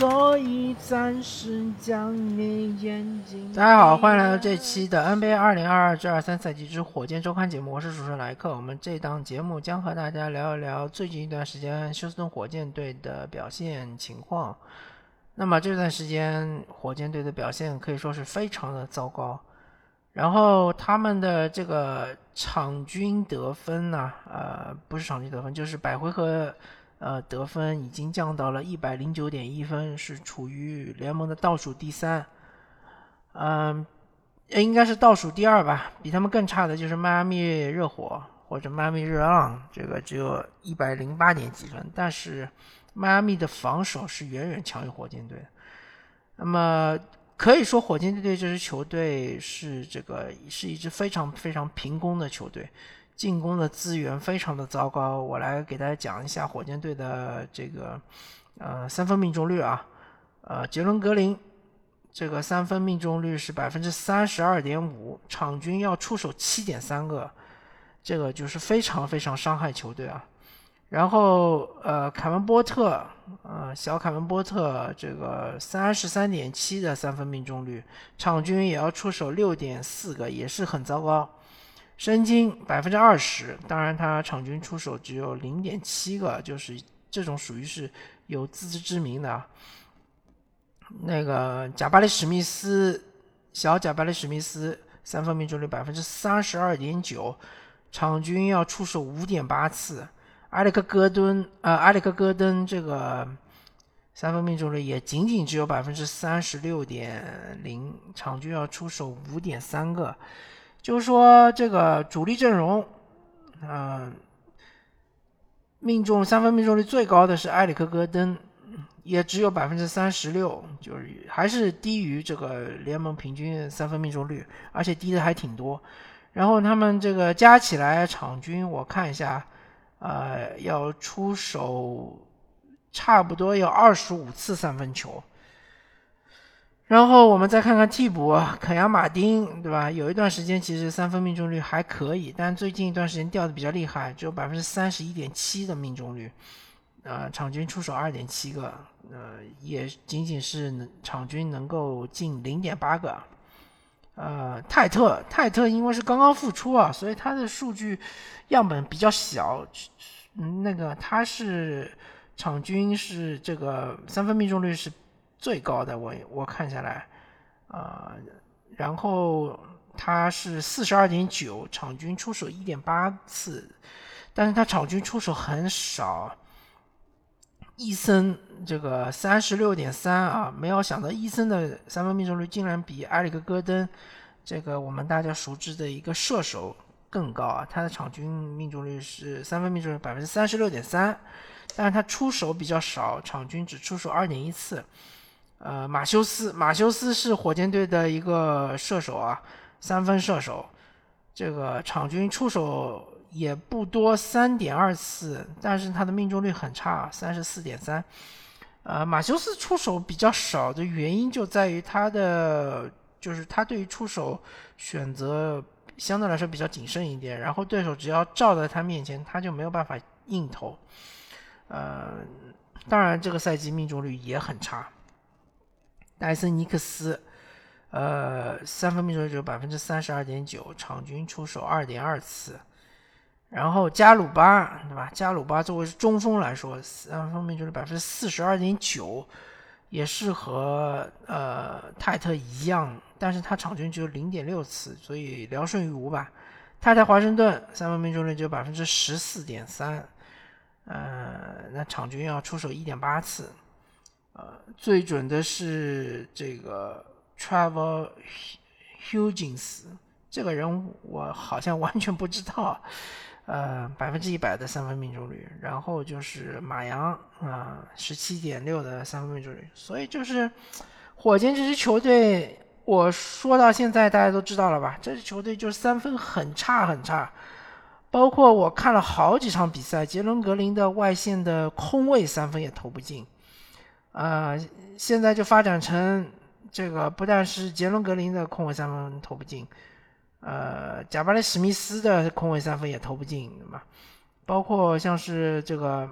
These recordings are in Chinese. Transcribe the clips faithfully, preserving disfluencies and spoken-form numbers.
所以暂时将你眼睛。 大家好，欢迎来到这期的 N B A 二零二二至二三赛季之火箭周刊节目，我是主持人莱克。我们这档节目将和大家聊一聊最近一段时间休斯顿火箭队的表现情况。那么这段时间火箭队的表现可以说是非常的糟糕，然后他们的这个场均得分呢、啊，呃，不是场均得分，就是百回合呃得分已经降到了一百零九点一分，是处于联盟的倒数第三。嗯，应该是倒数第二吧，比他们更差的就是迈阿密热火或者迈阿密热浪，这个只有一百零八点几分，但是迈阿密的防守是远远强于火箭队。那么可以说火箭队这支球队是这个是一支非常非常平攻的球队，进攻的资源非常的糟糕。我来给大家讲一下火箭队的这个呃三分命中率啊，呃杰伦格林这个三分命中率是百分之三十二点五，场均要出手七点三个，这个就是非常非常伤害球队啊。然后呃，凯文波特，呃，小凯文波特这个三十三点七的三分命中率，场均也要出手六点四个，也是很糟糕。申京百分之二十，当然他场均出手只有零点七个，就是这种属于是有自知之明的啊。那个贾巴里史密斯，小贾巴里史密斯三分命中率百分之三十二点九，场均要出手五点八次。埃里克戈登，呃，埃里克戈登这个三分命中率也仅仅只有百分之三十六点零，场均要出手五点三个。就是说，这个主力阵容，嗯、呃，命中三分命中率最高的是埃里克戈登。也只有百分之三十六，就是还是低于这个联盟平均三分命中率，而且低的还挺多。然后他们这个加起来场均，我看一下，呃，要出手差不多有二十五次三分球。然后我们再看看替补肯亚马丁，对吧？有一段时间其实三分命中率还可以，但最近一段时间掉的比较厉害，只有百分之三十一点七的命中率。呃，场均出手二点七个，呃，也仅仅是场均能够进零点八个。呃，泰特，泰特因为是刚刚复出啊，所以他的数据样本比较小。嗯，那个他是场均是这个三分命中率是最高的，我我看下来，啊、呃，然后他是四十二点九，场均出手一点八次，但是他场均出手很少。伊森这个三十六点三啊，没有想到伊森的三分命中率竟然比埃里克戈登这个我们大家熟知的一个射手更高啊！他的场均命中率是三分命中率百分之三十六点三，但是他出手比较少，场均只出手二点一次。呃，马修斯，马修斯是火箭队的一个射手啊，三分射手，这个场均出手也不多，三点二次，但是他的命中率很差，三十四点三。呃，马修斯出手比较少的原因就在于他的，就是他对于出手选择相对来说比较谨慎一点，然后对手只要罩在他面前，他就没有办法硬投。呃，当然这个赛季命中率也很差。戴森尼克斯，呃，三分命中率只有百分之三十二点九，场均出手二点二次。然后加鲁巴，对吧？加鲁巴作为中锋来说，三分命中率百分之四十二点九，也是和呃泰特一样，但是他场均只有零点六次，所以聊胜于无吧。泰特华盛顿三分命中率只有百分之十四点三，呃，那场均要出手一点八次。呃，最准的是这个 Trevor Huggins， 这个人我好像完全不知道。呃，百分之一百的三分命中率，然后就是马扬啊，十七点六的三分命中率，所以就是火箭这支球队，我说到现在大家都知道了吧？这支球队就是三分很差很差，包括我看了好几场比赛，杰伦格林的外线的空位三分也投不进，啊、呃，现在就发展成这个不但是杰伦格林的空位三分投不进。呃，贾巴里史密斯的空位三分也投不进嘛，包括像是这个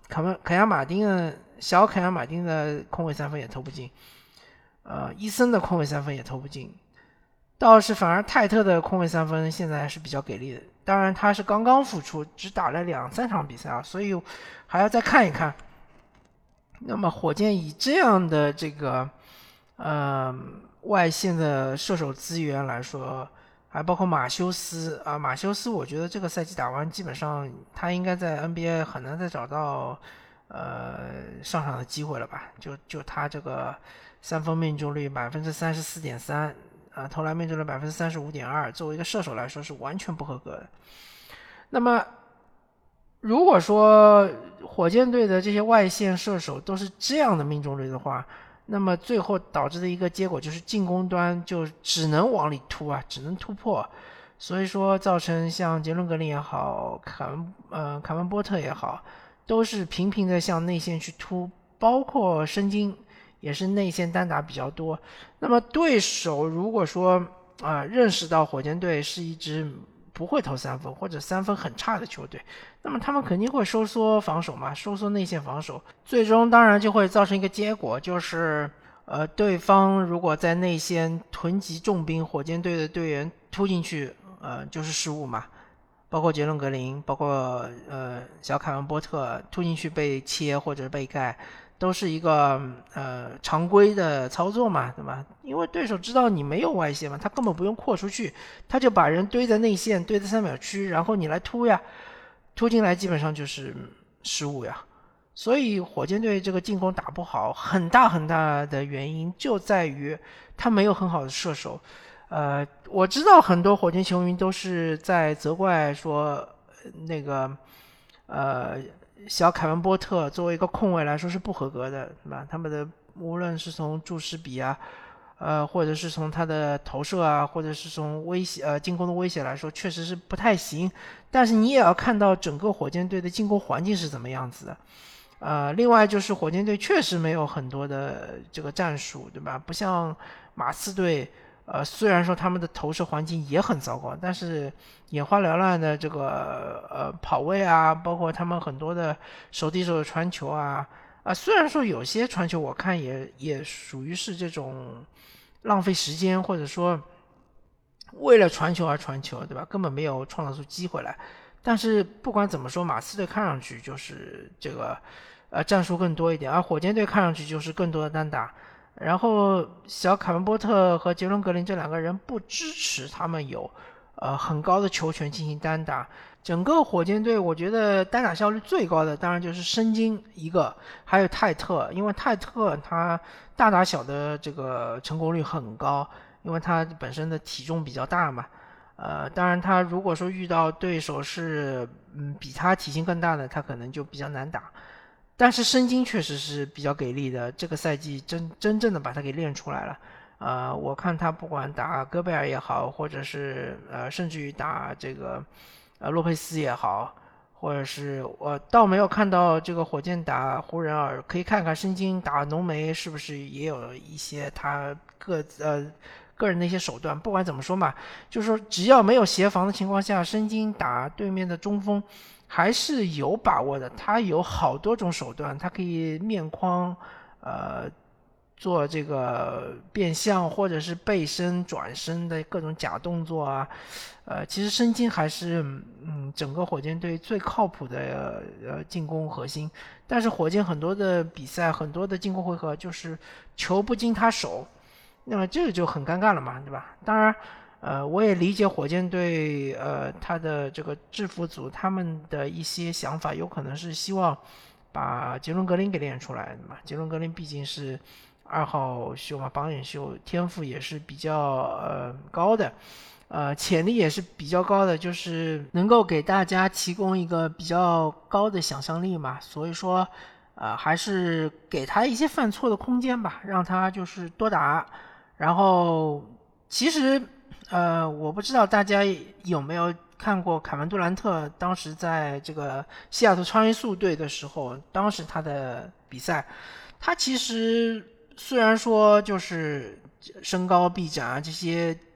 凯文凯亚马丁的小凯亚马丁的空位三分也投不进，呃，伊森的空位三分也投不进，倒是反而泰特的空位三分现在是比较给力的。当然他是刚刚复出，只打了两三场比赛啊，所以还要再看一看。那么火箭以这样的这个呃外线的射手资源来说，还包括马修斯啊，马修斯我觉得这个赛季打完基本上他应该在 N B A 很难再找到呃上场的机会了吧，就就他这个三分命中率 百分之三十四点三 啊，投篮命中率 百分之三十五点二， 作为一个射手来说是完全不合格的。那么如果说火箭队的这些外线射手都是这样的命中率的话，那么最后导致的一个结果就是进攻端就只能往里突啊，只能突破，所以说造成像杰伦格林也好，凯文呃凯文波特也好，都是频频的向内线去突，包括申京也是内线单打比较多。那么对手如果说啊、呃、认识到火箭队是一支不会投三分或者三分很差的球队，那么他们肯定会收缩防守嘛，收缩内线防守，最终当然就会造成一个结果，就是呃，对方如果在内线囤积重兵，火箭队的队员突进去，呃，就是失误嘛。包括杰伦格林，包括呃小凯文波特突进去被切或者被盖，都是一个呃常规的操作嘛，对吧？因为对手知道你没有外线嘛，他根本不用扩出去，他就把人堆在内线，堆在三秒区，然后你来突呀，突进来基本上就是失误呀。所以火箭队这个进攻打不好，很大很大的原因就在于他没有很好的射手。呃，我知道很多火箭球迷都是在责怪说那个呃小凯文波特作为一个控卫来说是不合格的，对吧？他们的无论是从注释比啊，呃，或者是从他的投射啊，或者是从威胁呃进攻的威胁来说，确实是不太行。但是你也要看到整个火箭队的进攻环境是怎么样子的。呃，另外就是火箭队确实没有很多的这个战术，对吧？不像马刺队，呃，虽然说他们的投射环境也很糟糕，但是眼花缭乱的这个呃跑位啊，包括他们很多的手递手的传球啊，啊，虽然说有些传球我看也也属于是这种浪费时间，或者说为了传球而传球，对吧？根本没有创造出机会来。但是不管怎么说，马刺队看上去就是这个呃战术更多一点，而火箭队看上去就是更多的单打。然后小凯文波特和杰伦格林这两个人不支持他们有呃很高的球权进行单打。整个火箭队我觉得单打效率最高的当然就是申京一个，还有泰特，因为泰特他大打小的这个成功率很高，因为他本身的体重比较大嘛。呃，当然他如果说遇到对手是嗯比他体型更大的，他可能就比较难打。但是申京确实是比较给力的，这个赛季真真正的把他给练出来了。呃，我看他不管打戈贝尔也好，或者是呃甚至于打这个呃洛佩斯也好，或者是我倒没有看到这个火箭打湖人啊，可以看看申京打浓眉是不是也有一些他个呃。个人的一些手段，不管怎么说嘛，就是说只要没有协防的情况下，申京打对面的中锋还是有把握的。他有好多种手段，他可以面框，呃，做这个变向或者是背身转身的各种假动作啊，呃，其实申京还是嗯整个火箭队最靠谱的呃进攻核心。但是火箭很多的比赛，很多的进攻回合就是球不经他手。那么这个就很尴尬了嘛，对吧？当然，呃，我也理解火箭队，呃，他的这个制服组他们的一些想法，有可能是希望把杰伦格林给练出来的嘛。杰伦格林毕竟是二号秀嘛，榜眼秀，天赋也是比较呃高的，呃，潜力也是比较高的，就是能够给大家提供一个比较高的想象力嘛。所以说，呃，还是给他一些犯错的空间吧，让他就是多打。然后其实呃我不知道大家有没有看过凯文杜兰特当时在这个西雅图超音速队的时候，当时他的比赛，他其实虽然说就是身高臂展啊这些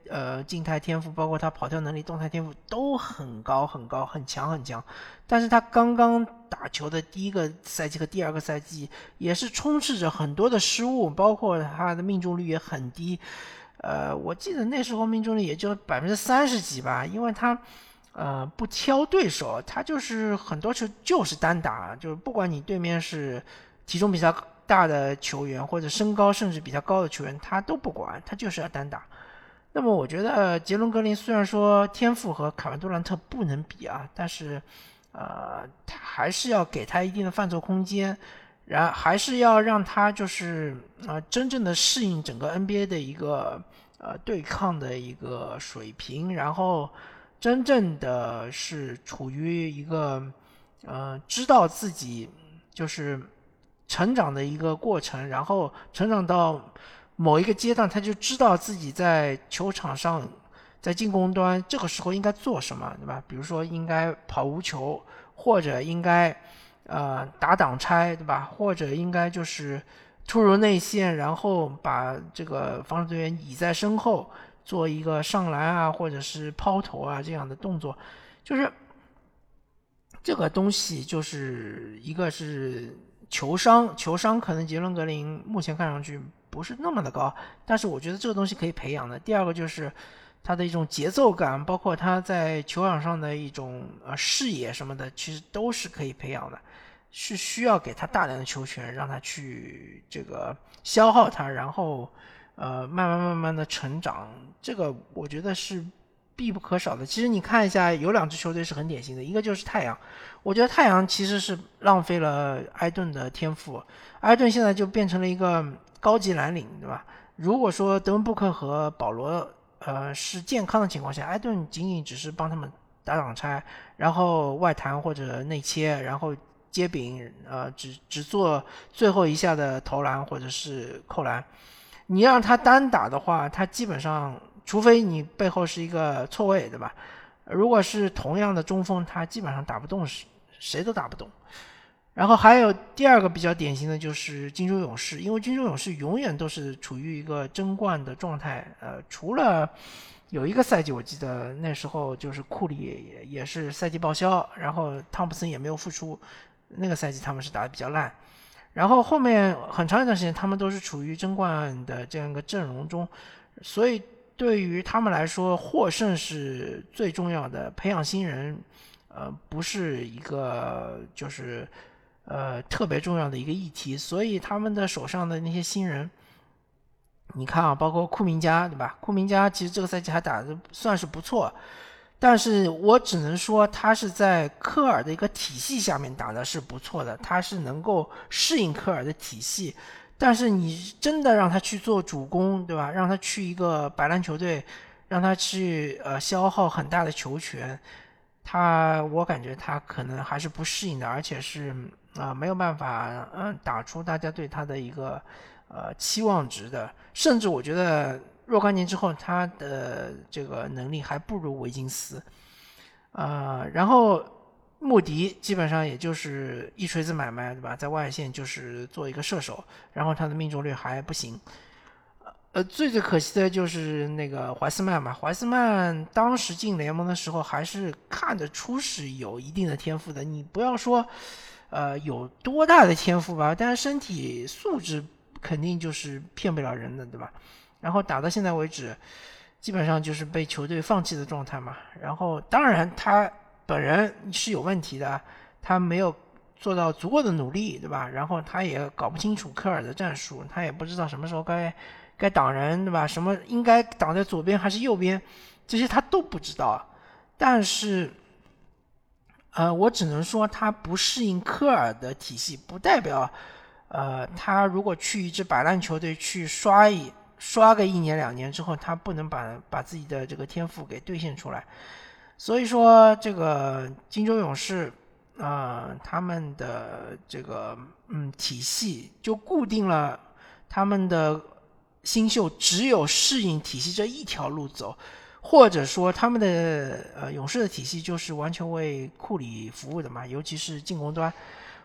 呃静态天赋，包括他跑跳能力、动态天赋都很高很高，很强很强。但是他刚刚打球的第一个赛季和第二个赛季也是充斥着很多的失误，包括他的命中率也很低。呃，我记得那时候命中率也就百分之三十几吧，因为他呃不挑对手，他就是很多球就是单打，就是不管你对面是体重比较大的球员或者身高甚至比较高的球员，他都不管，他就是要单打。那么我觉得杰伦格林虽然说天赋和凯文杜兰特不能比啊，但是呃他还是要给他一定的犯错空间，然还是要让他就是呃真正的适应整个 N B A 的一个呃对抗的一个水平，然后真正的是处于一个呃知道自己就是成长的一个过程，然后成长到某一个阶段，他就知道自己在球场上在进攻端这个时候应该做什么，对吧？比如说应该跑无球，或者应该呃打挡拆，对吧？或者应该就是突入内线，然后把这个防守队员倚在身后做一个上篮啊，或者是抛投啊这样的动作。就是这个东西就是一个是球商，球商可能杰伦格林目前看上去不是那么的高，但是我觉得这个东西可以培养的。第二个就是他的一种节奏感，包括他在球场上的一种呃视野什么的，其实都是可以培养的，是需要给他大量的球权，让他去这个消耗他，然后呃慢慢慢慢的成长，这个我觉得是必不可少的。其实你看一下，有两支球队是很典型的，一个就是太阳，我觉得太阳其实是浪费了埃顿的天赋，埃顿现在就变成了一个高级蓝领，对吧？如果说德文布克和保罗呃是健康的情况下，埃顿仅仅只是帮他们打挡拆，然后外弹或者内切，然后接柄，呃只只做最后一下的投篮或者是扣篮。你让他单打的话，他基本上除非你背后是一个错位，对吧？如果是同样的中锋，他基本上打不动，谁都打不动。然后还有第二个比较典型的就是金州勇士，因为金州勇士永远都是处于一个争冠的状态，呃，除了有一个赛季我记得那时候就是库里 也, 也是赛季报销，然后汤普森也没有复出，那个赛季他们是打得比较烂，然后后面很长一段时间他们都是处于争冠的这样一个阵容中，所以对于他们来说获胜是最重要的，培养新人呃不是一个就是呃特别重要的一个议题，所以他们的手上的那些新人你看啊，包括库明加，对吧？库明加其实这个赛季还打得算是不错，但是我只能说他是在科尔的一个体系下面打的是不错的，他是能够适应科尔的体系，但是你真的让他去做主攻，对吧？让他去一个白篮球队，让他去呃消耗很大的球权，他我感觉他可能还是不适应的，而且是啊、呃、没有办法嗯、呃、打出大家对他的一个呃期望值的，甚至我觉得若干年之后他的这个能力还不如维金斯啊、呃，然后穆迪基本上也就是一锤子买卖，对吧？在外线就是做一个射手，然后他的命中率还不行。呃，最最可惜的就是那个怀斯曼嘛，怀斯曼当时进联盟的时候还是看得出是有一定的天赋的，你不要说呃有多大的天赋吧，但是身体素质肯定就是骗不了人的，对吧？然后打到现在为止基本上就是被球队放弃的状态嘛，然后当然他本人是有问题的，他没有做到足够的努力，对吧？然后他也搞不清楚科尔的战术，他也不知道什么时候该该挡人，对吧？什么应该挡在左边还是右边，这些他都不知道。但是呃我只能说他不适应科尔的体系，不代表呃他如果去一支摆烂球队去刷一刷个一年两年之后，他不能把把自己的这个天赋给兑现出来。所以说这个金州勇士啊、呃，他们的这个嗯体系就固定了他们的新秀只有适应体系这一条路走，或者说他们的呃勇士的体系就是完全为库里服务的嘛，尤其是进攻端。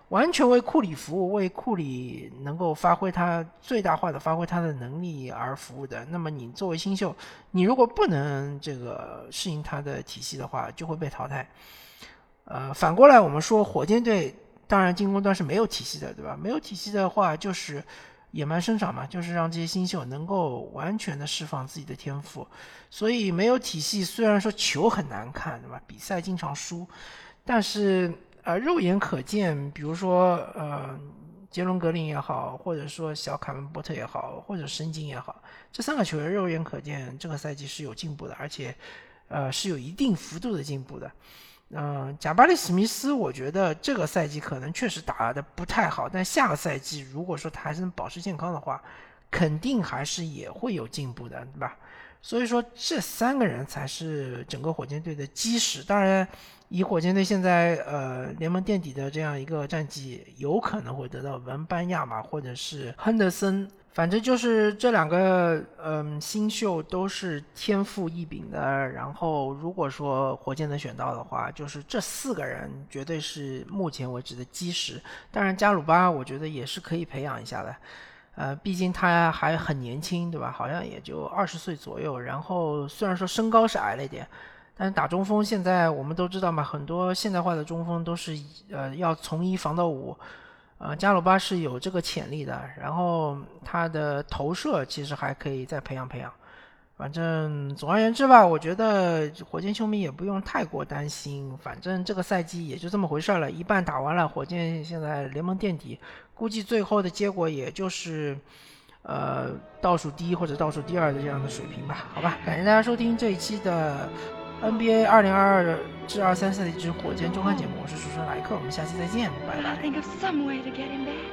完全为库里服务，为库里能够发挥他最大化的发挥他的能力而服务的。那么你作为新秀，你如果不能这个适应他的体系的话，就会被淘汰。呃，反过来我们说火箭队，当然进攻端是没有体系的，对吧？没有体系的话，就是野蛮生长嘛，就是让这些新秀能够完全的释放自己的天赋。所以没有体系，虽然说球很难看，对吧？比赛经常输，但是呃，肉眼可见，比如说呃，杰伦格林也好，或者说小凯文波特也好，或者申京也好，这三个球员肉眼可见这个赛季是有进步的，而且呃是有一定幅度的进步的。嗯、呃，贾巴里史密斯，我觉得这个赛季可能确实打得不太好，但下个赛季如果说他还是能保持健康的话，肯定还是也会有进步的，对吧？所以说这三个人才是整个火箭队的基石。当然，以火箭队现在呃联盟垫底的这样一个战绩，有可能会得到文班亚马或者是亨德森。反正就是这两个嗯、呃、新秀都是天赋异禀的，然后如果说火箭能选到的话，就是这四个人绝对是目前为止的基石。当然加鲁巴我觉得也是可以培养一下的，呃，毕竟他还很年轻，对吧？好像也就二十岁左右。然后虽然说身高是矮了一点，但是打中锋现在我们都知道嘛，很多现代化的中锋都是呃要从一防到五。呃，加鲁巴是有这个潜力的，然后他的投射其实还可以再培养培养。反正总而言之吧，我觉得火箭球迷也不用太过担心，反正这个赛季也就这么回事了，一半打完了，火箭现在联盟垫底，估计最后的结果也就是呃倒数第一或者倒数第二的这样的水平吧。好吧，感谢大家收听这一期的 N B A 二零二二至二三赛季之火箭周刊节目，我是主持人莱克，我们下期再见，拜拜。 Think of some way to get him back.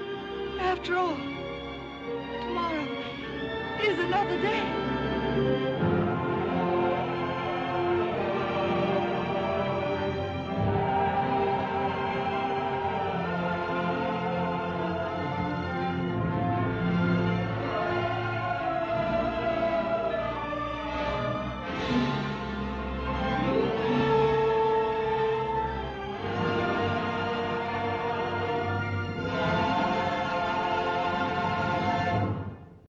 After all, tomorrow is another day.